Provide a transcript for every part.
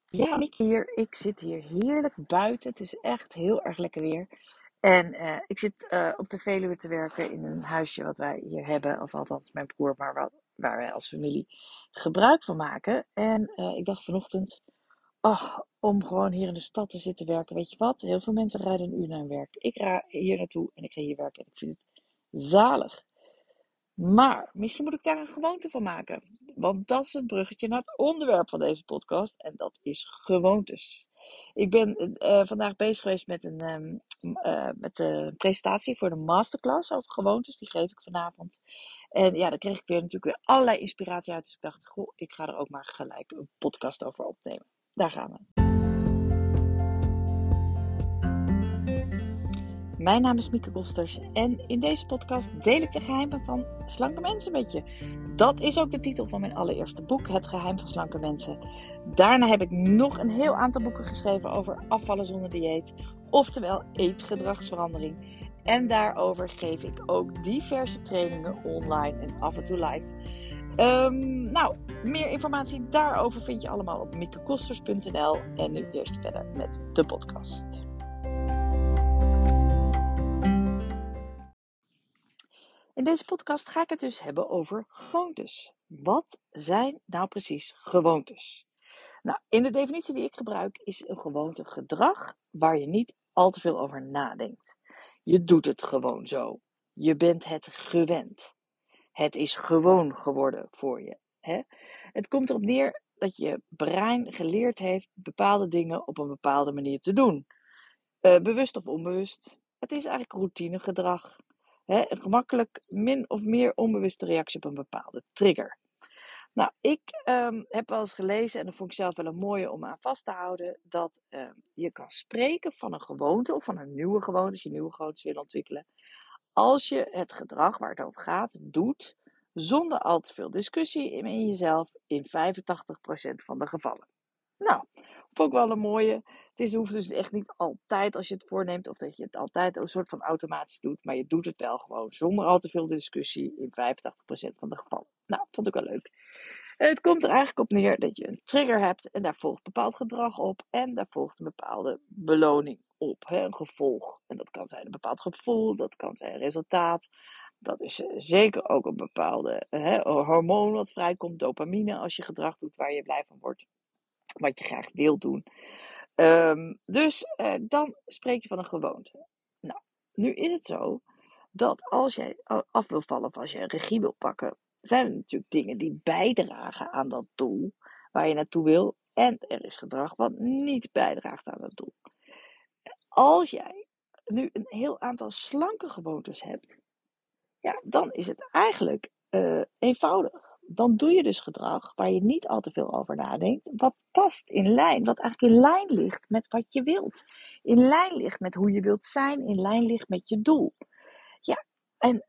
Ja, Mieke hier. Ik zit hier heerlijk buiten. Het is echt heel erg lekker weer. En ik zit op de Veluwe te werken in een huisje wat wij hier hebben. Of althans mijn broer, maar waar wij als familie gebruik van maken. En ik dacht vanochtend, ach, om gewoon hier in de stad te zitten werken. Weet je wat? Heel veel mensen rijden een uur naar hun werk. Ik ga hier naartoe en ik ga hier werken. En ik vind het zalig. Maar misschien moet ik daar een gewoonte van maken. Want dat is het bruggetje naar het onderwerp van deze podcast. En dat is gewoontes. Ik ben vandaag bezig geweest met met de presentatie voor de masterclass over gewoontes. Die geef ik vanavond. En ja, daar kreeg ik weer natuurlijk weer allerlei inspiratie uit. Dus ik dacht, goh, ik ga er ook maar gelijk een podcast over opnemen. Daar gaan we. Mijn naam is Mieke Kosters en in deze podcast deel ik de geheimen van slanke mensen met je. Dat is ook de titel van mijn allereerste boek, Het Geheim van Slanke Mensen. Daarna heb ik nog een heel aantal boeken geschreven over afvallen zonder dieet, oftewel eetgedragsverandering. En daarover geef ik ook diverse trainingen online en af en toe live. Meer informatie daarover vind je allemaal op miekekosters.nl. En nu eerst verder met de podcast. In deze podcast ga ik het dus hebben over gewoontes. Wat zijn nou precies gewoontes? Nou, in de definitie die ik gebruik is een gewoonte gedrag waar je niet al te veel over nadenkt. Je doet het gewoon zo. Je bent het gewend. Het is gewoon geworden voor je. Hè? Het komt erop neer dat je brein geleerd heeft bepaalde dingen op een bepaalde manier te doen. Bewust of onbewust. Het is eigenlijk routinegedrag. Een gemakkelijk min of meer onbewuste reactie op een bepaalde trigger. Nou, ik heb wel eens gelezen, en dat vond ik zelf wel een mooie om aan vast te houden, dat je kan spreken van een gewoonte of van een nieuwe gewoonte, als je nieuwe gewoontes wil ontwikkelen, als je het gedrag waar het over gaat, doet, zonder al te veel discussie in jezelf, in 85% van de gevallen. Nou, vond ik wel een mooie. Het hoeft dus echt niet altijd als je het voorneemt, of dat je het altijd een soort van automatisch doet, maar je doet het wel gewoon zonder al te veel discussie in 85% van de gevallen. Nou, vond ik wel leuk. Het komt er eigenlijk op neer dat je een trigger hebt en daar volgt bepaald gedrag op en daar volgt een bepaalde beloning op, een gevolg. En dat kan zijn een bepaald gevoel, dat kan zijn een resultaat. Dat is zeker ook een bepaalde hormoon wat vrijkomt, dopamine, als je gedrag doet waar je blij van wordt, wat je graag wilt doen. Dan spreek je van een gewoonte. Nou, nu is het zo dat als jij af wil vallen of als je regie wil pakken, zijn er natuurlijk dingen die bijdragen aan dat doel waar je naartoe wil. En er is gedrag wat niet bijdraagt aan dat doel. Als jij nu een heel aantal slanke gewoontes hebt, ja, dan is het eigenlijk eenvoudig. Dan doe je dus gedrag waar je niet al te veel over nadenkt, wat past in lijn, wat eigenlijk in lijn ligt met wat je wilt. In lijn ligt met hoe je wilt zijn, in lijn ligt met je doel. Ja, en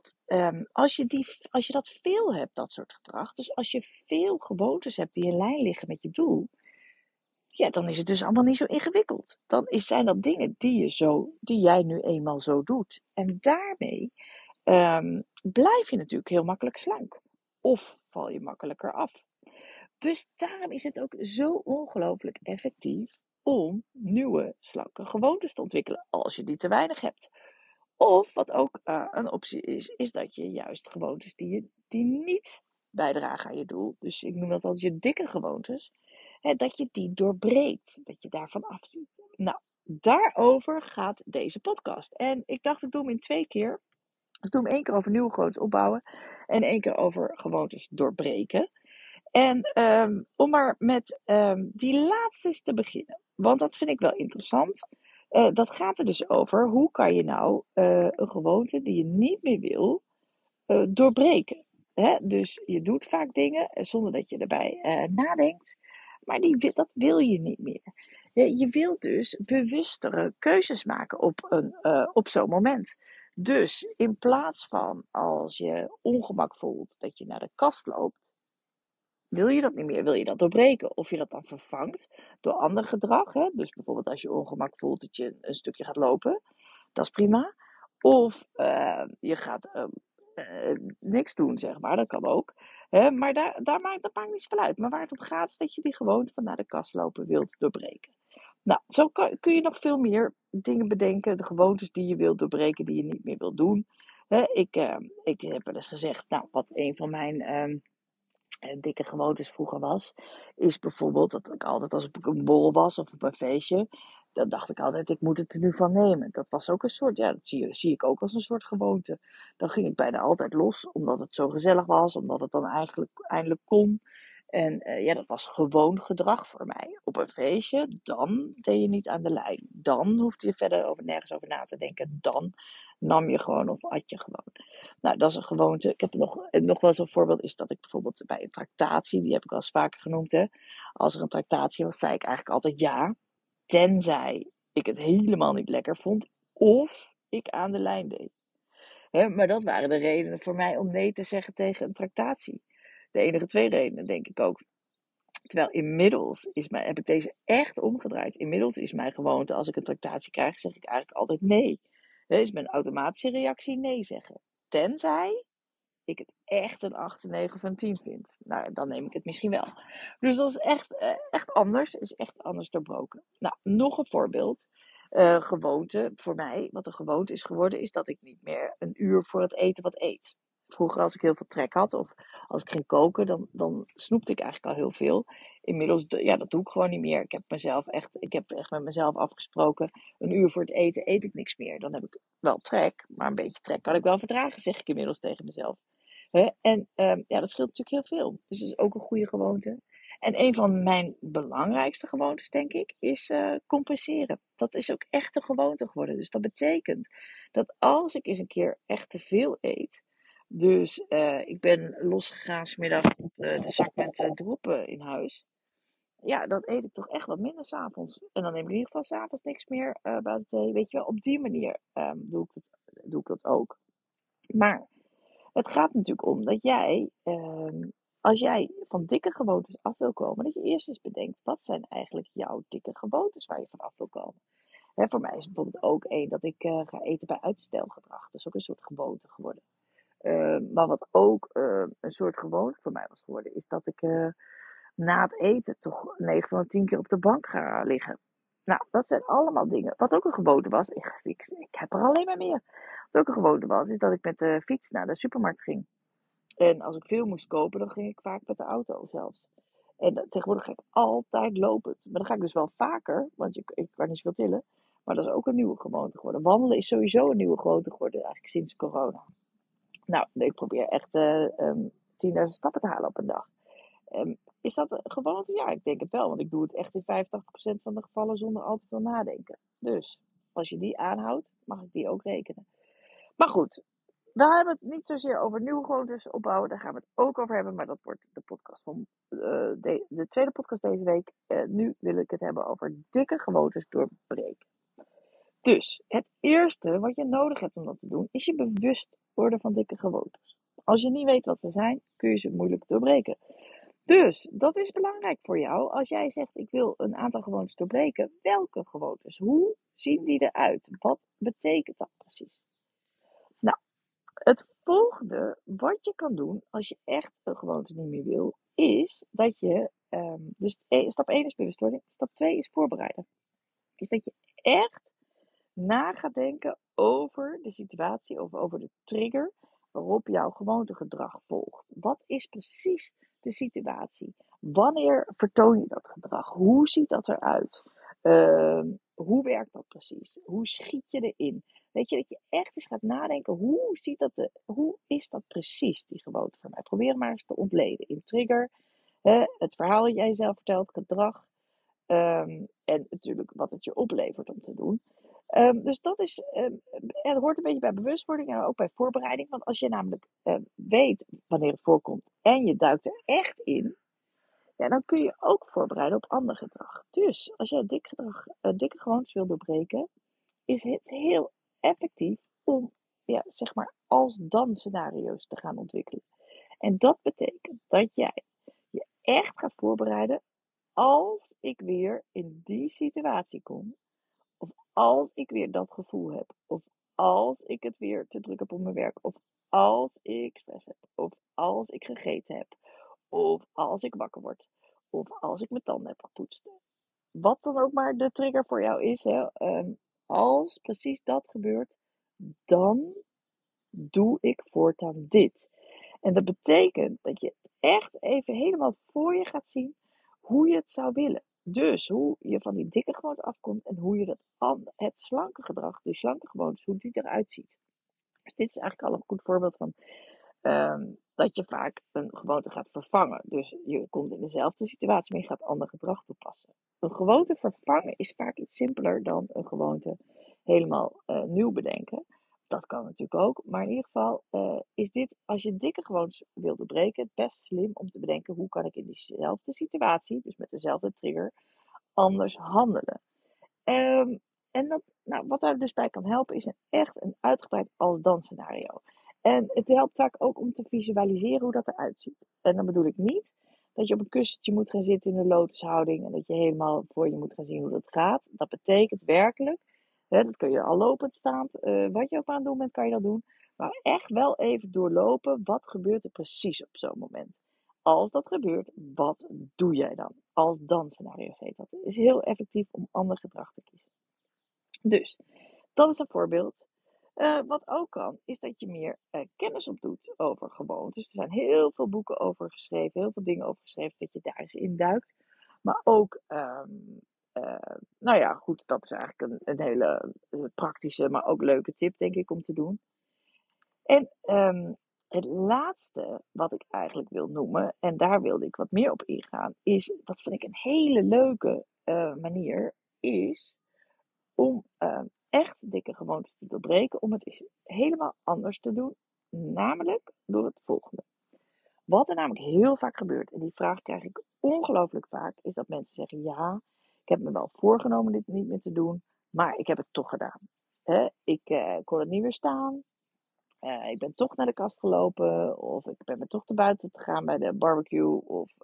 als je dat veel hebt, dat soort gedrag, dus als je veel gewoontes hebt die in lijn liggen met je doel, ja, dan is het dus allemaal niet zo ingewikkeld. Zijn dat dingen die jij nu eenmaal zo doet. En daarmee blijf je natuurlijk heel makkelijk slank. Of val je makkelijker af. Dus daarom is het ook zo ongelooflijk effectief om nieuwe slanke gewoontes te ontwikkelen als je die te weinig hebt. Of wat ook een optie is dat je juist gewoontes die niet bijdragen aan je doel, dus ik noem dat als je dikke gewoontes, dat je die doorbreekt, dat je daarvan afziet. Nou, daarover gaat deze podcast. En ik dacht, ik doe hem in 2 keer. Ik doe hem 1 keer over nieuwe gewoontes opbouwen en 1 keer over gewoontes doorbreken. En om maar met die laatste eens te beginnen, want dat vind ik wel interessant. Dat gaat er dus over, hoe kan je nou een gewoonte die je niet meer wil, doorbreken. Dus je doet vaak dingen zonder dat je erbij nadenkt, maar dat wil je niet meer. Je wilt dus bewustere keuzes maken op zo'n moment. Dus in plaats van als je ongemak voelt dat je naar de kast loopt, wil je dat niet meer, wil je dat doorbreken. Of je dat dan vervangt door ander gedrag. Dus bijvoorbeeld als je ongemak voelt dat je een stukje gaat lopen, dat is prima. Of je gaat niks doen, zeg maar, dat kan ook. Maar dat maakt niet zoveel uit. Maar waar het om gaat is dat je die gewoonte van naar de kast lopen wilt doorbreken. Nou, zo kun je nog veel meer dingen bedenken. De gewoontes die je wilt doorbreken, die je niet meer wilt doen. Ik heb wel eens gezegd, nou, wat een van mijn dikke gewoontes vroeger was, is bijvoorbeeld dat ik altijd als ik op een borrel was of op een feestje, dan dacht ik altijd, ik moet het er nu van nemen. Dat was ook een soort, ja, dat zie ik ook als een soort gewoonte. Dan ging ik bijna altijd los, omdat het zo gezellig was, omdat het dan eigenlijk eindelijk kon. En ja, dat was gewoon gedrag voor mij. Op een feestje, dan deed je niet aan de lijn. Dan hoefde je verder nergens over na te denken. Dan nam je gewoon of at je gewoon. Nou, dat is een gewoonte. Ik heb nog wel eens een voorbeeld, is dat ik bijvoorbeeld bij een tractatie, die heb ik al eens vaker genoemd, hè. Als er een tractatie was, zei ik eigenlijk altijd ja, tenzij ik het helemaal niet lekker vond, of ik aan de lijn deed. Maar dat waren de redenen voor mij om nee te zeggen tegen een tractatie. De enige twee redenen, denk ik ook. Terwijl inmiddels heb ik deze echt omgedraaid. Inmiddels is mijn gewoonte, als ik een tractatie krijg, zeg ik eigenlijk altijd nee. Dat is mijn automatische reactie nee zeggen. Tenzij ik het echt een 8, een 9 of een 10 vind. Nou, dan neem ik het misschien wel. Dus dat is echt anders. Is echt anders doorbroken. Nou, nog een voorbeeld. Gewoonte voor mij, wat een gewoonte is geworden, is dat ik niet meer een uur voor het eten wat eet. Vroeger, als ik heel veel trek had of als ik ging koken, dan snoepte ik eigenlijk al heel veel. Inmiddels, ja, dat doe ik gewoon niet meer. Ik heb echt met mezelf afgesproken. Een uur voor het eten eet ik niks meer. Dan heb ik wel trek, maar een beetje trek kan ik wel verdragen, zeg ik inmiddels tegen mezelf. En ja, dat scheelt natuurlijk heel veel. Dus dat is ook een goede gewoonte. En een van mijn belangrijkste gewoontes, denk ik, is compenseren. Dat is ook echt een gewoonte geworden. Dus dat betekent dat als ik eens een keer echt te veel eet. Dus ik ben losgegaan 's middag op de zak met droppen in huis. Ja, dan eet ik toch echt wat minder s'avonds. En dan neem ik in ieder geval s'avonds niks meer bij de thee. Weet je wel, op die manier doe ik dat ook. Maar het gaat natuurlijk om dat jij, als jij van dikke gewoontes af wil komen, dat je eerst eens bedenkt, wat zijn eigenlijk jouw dikke gewoontes waar je van af wil komen? Voor mij is bijvoorbeeld ook één dat ik ga eten bij uitstelgedrag. Dat is ook een soort gewoonte geworden. Maar wat ook een soort gewoonte voor mij was geworden, is dat ik na het eten toch 9 van de 10 keer op de bank ga liggen. Nou, dat zijn allemaal dingen. Wat ook een gewoonte was, ik heb er alleen maar meer. Wat ook een gewoonte was, is dat ik met de fiets naar de supermarkt ging. En als ik veel moest kopen, dan ging ik vaak met de auto zelfs. En tegenwoordig ga ik altijd lopend. Maar dan ga ik dus wel vaker, want ik kan niet zoveel tillen. Maar dat is ook een nieuwe gewoonte geworden. Wandelen is sowieso een nieuwe gewoonte geworden, eigenlijk sinds corona. Nou, ik probeer echt 10.000 stappen te halen op een dag. Is dat een gewoonte? Ja, ik denk het wel. Want ik doe het echt in 85% van de gevallen zonder al te veel nadenken. Dus, als je die aanhoudt, mag ik die ook rekenen. Maar goed, we hebben het niet zozeer over nieuwe gewoontes opbouwen. Daar gaan we het ook over hebben. Maar dat wordt de podcast van de tweede podcast deze week. Nu wil ik het hebben over dikke gewoontes doorbreken. Dus, het eerste wat je nodig hebt om dat te doen, is je bewust worden van dikke gewoontes. Als je niet weet wat ze zijn, kun je ze moeilijk doorbreken. Dus, dat is belangrijk voor jou. Als jij zegt, ik wil een aantal gewoontes doorbreken, welke gewoontes? Hoe zien die eruit? Wat betekent dat precies? Nou, het volgende wat je kan doen als je echt een gewoonte niet meer wil, is dat je, dus stap 1 is bewustwording, stap 2 is voorbereiden. Is dat je echt na gaat denken over de situatie of over de trigger waarop jouw gewoontegedrag volgt. Wat is precies de situatie? Wanneer vertoon je dat gedrag? Hoe ziet dat eruit? Hoe werkt dat precies? Hoe schiet je erin? Weet je, dat je echt eens gaat nadenken, hoe is dat precies, die gewoonte voor mij? Probeer het maar eens te ontleden in trigger, het verhaal dat jij zelf vertelt, gedrag, en natuurlijk wat het je oplevert om te doen. Dus dat is, het hoort een beetje bij bewustwording en ook bij voorbereiding. Want als je namelijk weet wanneer het voorkomt en je duikt er echt in, ja, dan kun je ook voorbereiden op ander gedrag. Dus als je dikke gewoontes wil doorbreken, is het heel effectief om, ja, zeg maar, als dan scenario's te gaan ontwikkelen. En dat betekent dat jij je echt gaat voorbereiden als ik weer in die situatie kom, of als ik weer dat gevoel heb, of als ik het weer te druk heb op mijn werk, of als ik stress heb, of als ik gegeten heb, of als ik wakker word, of als ik mijn tanden heb gepoetst. Wat dan ook maar de trigger voor jou is, hè, als precies dat gebeurt, dan doe ik voortaan dit. En dat betekent dat je echt even helemaal voor je gaat zien hoe je het zou willen. Dus hoe je van die dikke gewoonte afkomt en hoe je het slanke gedrag, die slanke gewoontes, hoe die eruit ziet. Dus dit is eigenlijk al een goed voorbeeld van dat je vaak een gewoonte gaat vervangen. Dus je komt in dezelfde situatie, maar je gaat ander gedrag toepassen. Een gewoonte vervangen is vaak iets simpeler dan een gewoonte helemaal nieuw bedenken. Dat kan natuurlijk ook, maar in ieder geval is dit, als je dikke gewoontes wil doorbreken, best slim om te bedenken hoe kan ik in diezelfde situatie, dus met dezelfde trigger, anders handelen. En nou, wat daar dus bij kan helpen, is echt een uitgebreid als-dan scenario. En het helpt vaak ook om te visualiseren hoe dat eruit ziet. En dan bedoel ik niet dat je op een kussentje moet gaan zitten in een lotushouding en dat je helemaal voor je moet gaan zien hoe dat gaat. Dat betekent werkelijk, dat kun je al lopend staand, wat je ook maar aan het doen bent, kan je dat doen. Maar echt wel even doorlopen, wat gebeurt er precies op zo'n moment? Als dat gebeurt, wat doe jij dan? Als dan scenario's heet dat. Het is heel effectief om ander gedrag te kiezen. Dus, dat is een voorbeeld. Wat ook kan, is dat je meer kennis opdoet over gewoontes. Er zijn heel veel boeken over geschreven, heel veel dingen over geschreven, dat je daar eens in duikt. Maar ook, nou ja, goed, dat is eigenlijk een hele praktische, maar ook leuke tip, denk ik, om te doen. En het laatste wat ik eigenlijk wil noemen, en daar wilde ik wat meer op ingaan, is, dat vind ik een hele leuke manier, is om echt dikke gewoontes te doorbreken, om het eens helemaal anders te doen. Namelijk door het volgende. Wat er namelijk heel vaak gebeurt, en die vraag krijg ik ongelooflijk vaak, is dat mensen zeggen, ja, ik heb me wel voorgenomen dit niet meer te doen, maar ik heb het toch gedaan. Ik kon het niet meer staan. Ik ben toch naar de kast gelopen, of ik ben me toch naar buiten te gaan bij de barbecue,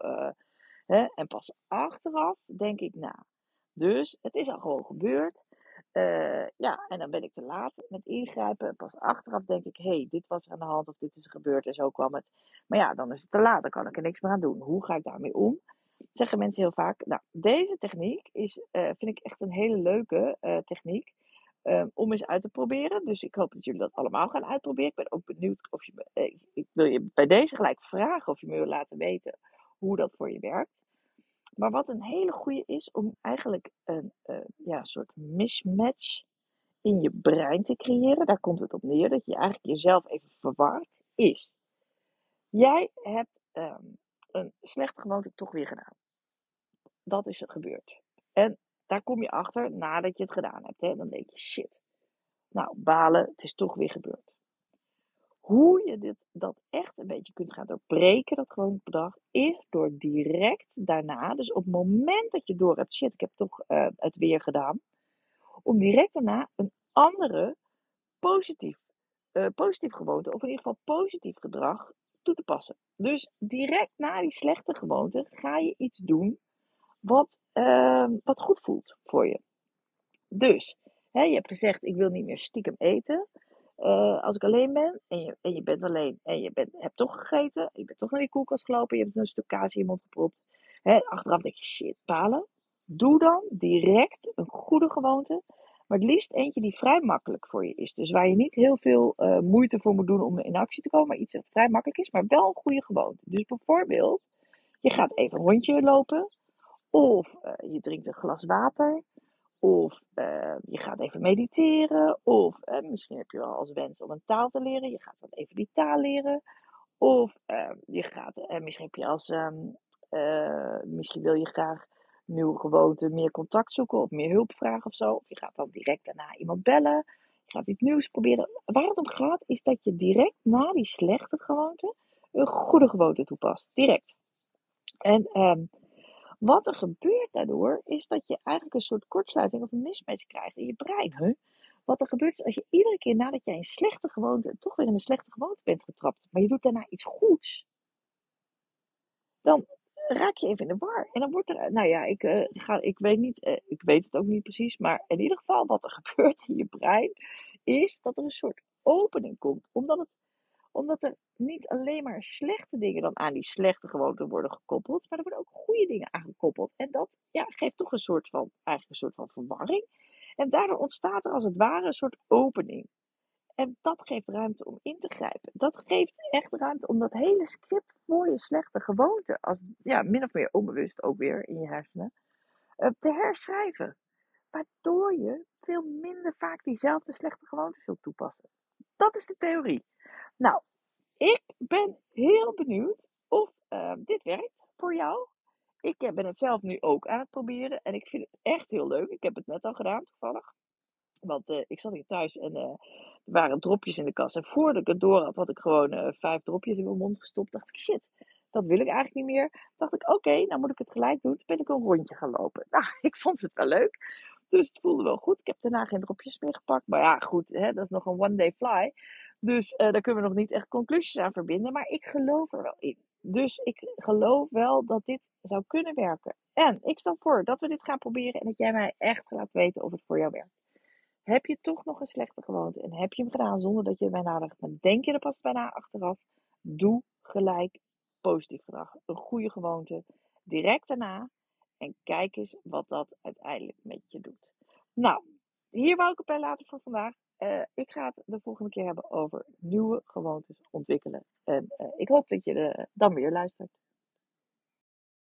en pas achteraf denk ik na. Dus het is al gewoon gebeurd. Ja, en dan ben ik te laat met ingrijpen. En pas achteraf denk ik, hé, dit was er aan de hand of dit is er gebeurd en zo kwam het. Maar ja, dan is het te laat, dan kan ik er niks meer aan doen. Hoe ga ik daarmee om? Zeggen mensen heel vaak. Nou, deze techniek vind ik echt een hele leuke techniek. Om eens uit te proberen. Dus ik hoop dat jullie dat allemaal gaan uitproberen. Ik ben ook benieuwd of je ik wil je bij deze gelijk vragen of je me wil laten weten hoe dat voor je werkt. Maar wat een hele goede is om eigenlijk een soort mismatch in je brein te creëren. Daar komt het op neer, dat je eigenlijk jezelf even verward, is. Jij hebt een slechte gewoonte toch weer gedaan. Dat is er gebeurd. En daar kom je achter nadat je het gedaan hebt. Hè? Dan denk je, shit. Nou, balen, het is toch weer gebeurd. Hoe je dat echt een beetje kunt gaan doorbreken, dat gewoon bedrag, is door direct daarna, dus op het moment dat je door hebt, shit, ik heb toch het weer gedaan, om direct daarna een andere positief gewoonte, of in ieder geval positief gedrag toe te passen. Dus direct na die slechte gewoonte ga je iets doen wat goed voelt voor je. Dus, je hebt gezegd, ik wil niet meer stiekem eten. Als ik alleen ben en je bent alleen en hebt toch gegeten, je bent toch naar die koelkast gelopen, je hebt een stuk kaas in je mond gepropt. Achteraf denk je, shit, palen. Doe dan direct een goede gewoonte, maar het liefst eentje die vrij makkelijk voor je is. Dus waar je niet heel veel moeite voor moet doen om in actie te komen, maar iets dat vrij makkelijk is, maar wel een goede gewoonte. Dus bijvoorbeeld, je gaat even een rondje lopen, of je drinkt een glas water. Of je gaat even mediteren. Of misschien heb je wel als wens om een taal te leren. Je gaat dan even die taal leren. Of misschien heb je misschien wil je graag nieuwe gewoonte meer contact zoeken. Of meer hulp vragen of zo. Of je gaat dan direct daarna iemand bellen. Je gaat iets nieuws proberen. Waar het om gaat is dat je direct na die slechte gewoonte een goede gewoonte toepast. Direct. En wat er gebeurt daardoor, is dat je eigenlijk een soort kortsluiting of een mismatch krijgt in je brein. Wat er gebeurt is, als je iedere keer nadat jij een slechte gewoonte, toch weer in een slechte gewoonte bent getrapt, maar je doet daarna iets goeds, dan raak je even in de war. En dan wordt er, nou ja, ik weet niet, ik weet het ook niet precies, maar in ieder geval wat er gebeurt in je brein, is dat er een soort opening komt. Omdat er niet alleen maar slechte dingen dan aan die slechte gewoonten worden gekoppeld, maar er worden ook goede dingen aan gekoppeld. En dat ja, geeft toch eigenlijk een soort van verwarring. En daardoor ontstaat er als het ware een soort opening. En dat geeft ruimte om in te grijpen. Dat geeft echt ruimte om dat hele script voor je slechte gewoonte, als, ja, min of meer onbewust ook weer in je hersenen, te herschrijven. Waardoor je veel minder vaak diezelfde slechte gewoontes zult toepassen. Dat is de theorie. Nou, ik ben heel benieuwd of dit werkt voor jou. Ik ben het zelf nu ook aan het proberen en ik vind het echt heel leuk. Ik heb het net al gedaan, toevallig. Want ik zat hier thuis en er waren dropjes in de kast. En voordat ik het door had, had ik gewoon 5 dropjes in mijn mond gestopt. Dacht ik, shit, dat wil ik eigenlijk niet meer. Dacht ik, oké, nou moet ik het gelijk doen. Toen ben ik een rondje gaan lopen. Nou, ik vond het wel leuk. Dus het voelde wel goed. Ik heb daarna geen dropjes meer gepakt. Maar ja, goed, hè, dat is nog een one day fly. Dus daar kunnen we nog niet echt conclusies aan verbinden. Maar ik geloof er wel in. Dus ik geloof wel dat dit zou kunnen werken. En ik stel voor dat we dit gaan proberen en dat jij mij echt laat weten of het voor jou werkt. Heb je toch nog een slechte gewoonte en heb je hem gedaan zonder dat je erbij nadacht, maar denk je er pas bij na achteraf? Doe gelijk positief gedrag. Een goede gewoonte. Direct daarna. En kijk eens wat dat uiteindelijk met je doet. Nou, hier wou ik het bij laten voor vandaag. Ik ga het de volgende keer hebben over nieuwe gewoontes ontwikkelen. En ik hoop dat je dan weer luistert.